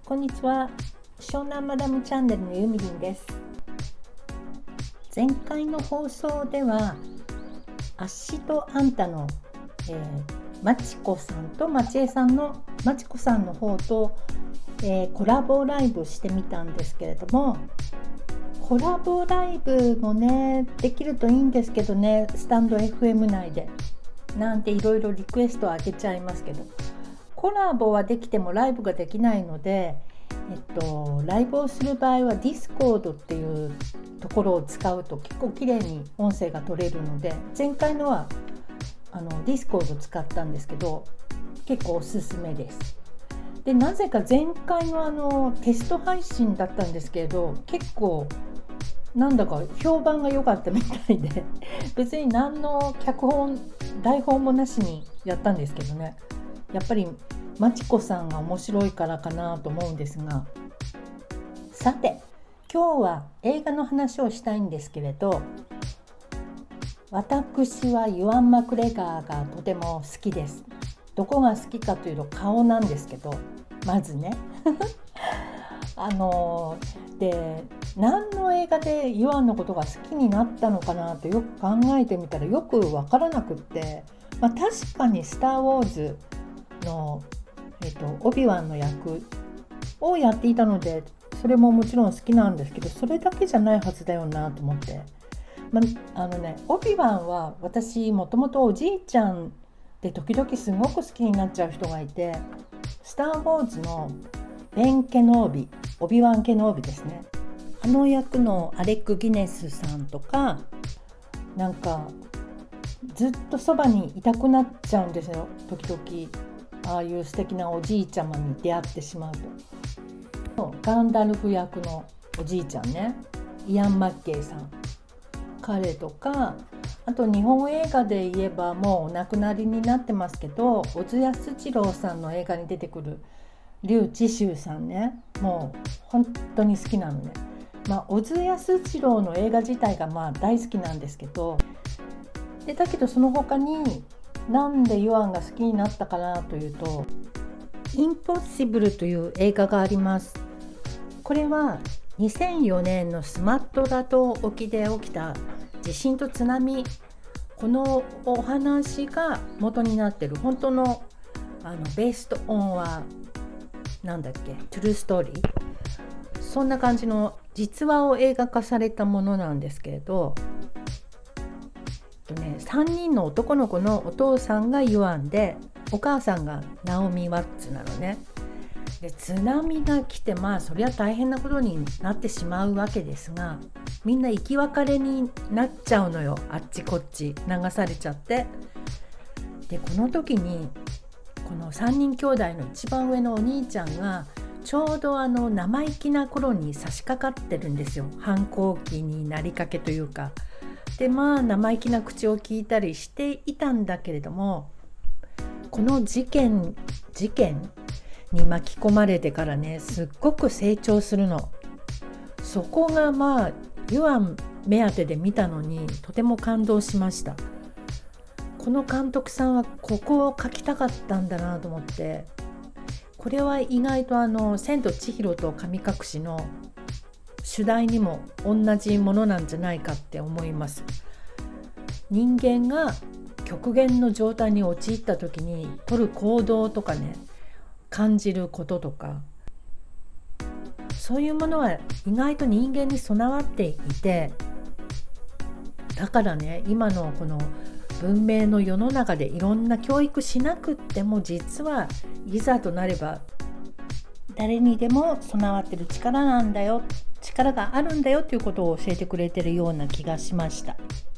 こんにちは。湘南マダムチャンネルのゆみりんです。前回の放送ではあっしとあんたの、まちこさんとまちえさんのまちこさんの方と、コラボライブしてみたんですけれども、コラボライブもねできるといいんですけどね、スタンド FM 内でなんていろいろリクエストをあげちゃいますけど、コラボはできてもライブができないので、ライブをする場合は Discord っていうところを使うと結構綺麗に音声が取れるので、前回のはDiscord を使ったんですけど結構おすすめです。で、なぜか前回のテスト配信だったんですけれど、結構なんだか評判が良かったみたいで別に何の台本もなしにやったんですけどね、やっぱりまちこさんが面白いからかなと思うんですが、さて今日は映画の話をしたいんですけれど、私はユアン・マクレガーがとても好きです。どこが好きかというと顔なんですけど、まずねで、何の映画でユアンのことが好きになったのかなとよく考えてみたらよく分からなくって、確かにスター・ウォーズの、オビワンの役をやっていたのでそれももちろん好きなんですけど、それだけじゃないはずだよなと思って、オビワンは私もともとおじいちゃんで時々すごく好きになっちゃう人がいて、スター・ウォーズのベン・ケノービ、オビワン・ケノービですね、あの役のアレック・ギネスさんとか、なんかずっとそばにいたくなっちゃうんですよ。時々ああいう素敵なおじいちゃまに出会ってしまうと。ガンダルフ役のおじいちゃんね、イアン・マッケイさん、彼とか、あと日本映画で言えばもうお亡くなりになってますけど、小津安二郎さんの映画に出てくる笠智衆さんね、もう本当に好きなのね。小津安二郎の映画自体が大好きなんですけど、だけどその他になんでユアンが好きになったかなというと、インポッシブルという映画があります。これは2004年のスマトラ島沖で起きた地震と津波、このお話が元になっている本当のベーストオンはなんだっけ、トゥルーストーリー、そんな感じの実話を映画化されたものなんですけれど、3人の男の子のお父さんがユアンで、お母さんがナオミ・ワッツなのね。で、津波が来てそりゃ大変なことになってしまうわけですが、みんな生き別れになっちゃうのよ。あっちこっち流されちゃって。で、この時にこの3人兄弟の一番上のお兄ちゃんがちょうど生意気な頃に差し掛かってるんですよ。反抗期になりかけというかで、生意気な口を聞いたりしていたんだけれども、この事件に巻き込まれてからね、すっごく成長するの。そこがユアン目当てで見たのにとても感動しました。この監督さんはここを描きたかったんだなと思って、これは意外と千と千尋と神隠しの主題にも同じものなんじゃないかって思います。人間が極限の状態に陥った時に取る行動とかね、感じることとか、そういうものは意外と人間に備わっていて、だからね、今のこの文明の世の中でいろんな教育しなくっても、実はいざとなれば誰にでも備わってる力なんだよ、力があるんだよということを教えてくれてるような気がしました。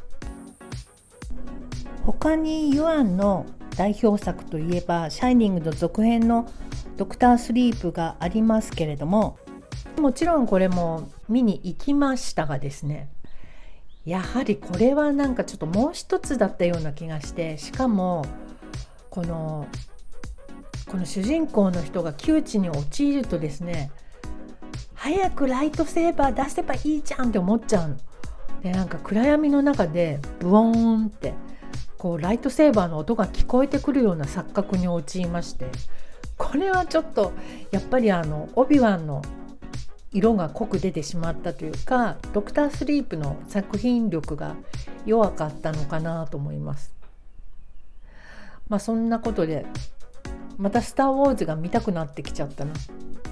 他にユアンの代表作といえばシャイニングの続編のドクタースリープがありますけれども、もちろんこれも見に行きましたがですね、やはりこれはなんかちょっともう一つだったような気がして、しかもこの主人公の人が窮地に陥るとですね、早くライトセーバー出せばいいじゃんって思っちゃうので、なんか暗闇の中でブオーンってライトセーバーの音が聞こえてくるような錯覚に陥りまして、 これはちょっとやっぱりオビワンの色が濃く出てしまったというか、ドクタースリープの作品力が弱かったのかなと思います。そんなことでまたスター・ウォーズが見たくなってきちゃったな。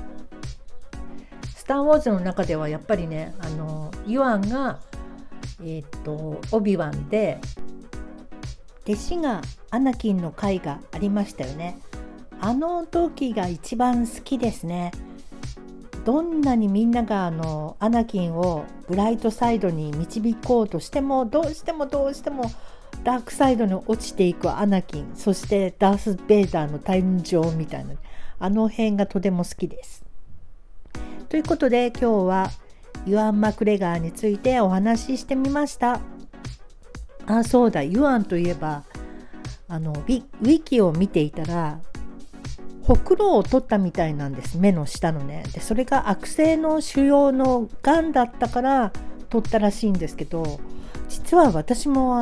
スター・ウォーズの中ではやっぱりね、ユアンがオビワンで、弟子がアナキンの回がありましたよね。あの時が一番好きですね。どんなにみんながアナキンをブライトサイドに導こうとしても、どうしてもダークサイドに落ちていくアナキン、そしてダース・ベイダーの誕生みたいな、あの辺がとても好きです。ということで今日はユアン・マクレガーについてお話ししてみました。そうだ、ユアンといえばウィキを見ていたらほくろを取ったみたいなんです。目の下のね。でそれが悪性の腫瘍のがんだったから取ったらしいんですけど、実は私も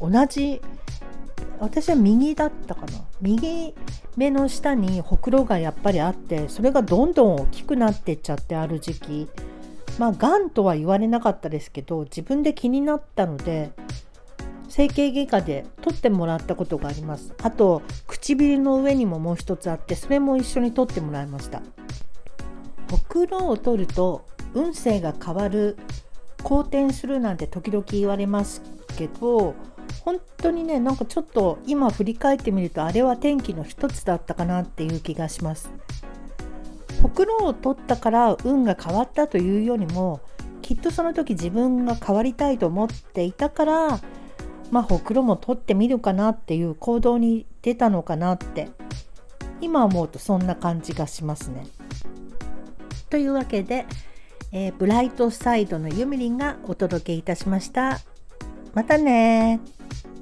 私は右だったかな、右目の下にほくろがやっぱりあって、それがどんどん大きくなってっちゃって、ある時期がんとは言われなかったですけど、自分で気になったので整形外科で取ってもらったことがあります。あと唇の上にももう一つあって、それも一緒に取ってもらいました。ほくろを取ると運勢が変わる、好転するなんて時々言われますけど、本当にね、なんかちょっと今振り返ってみると、あれは天気の一つだったかなっていう気がします。ほくろを取ったから運が変わったというよりも、きっとその時自分が変わりたいと思っていたから、ほくろも取ってみるかなっていう行動に出たのかなって、今思うとそんな感じがしますね。というわけで、ブライトサイドのゆみりんがお届けいたしました。またね。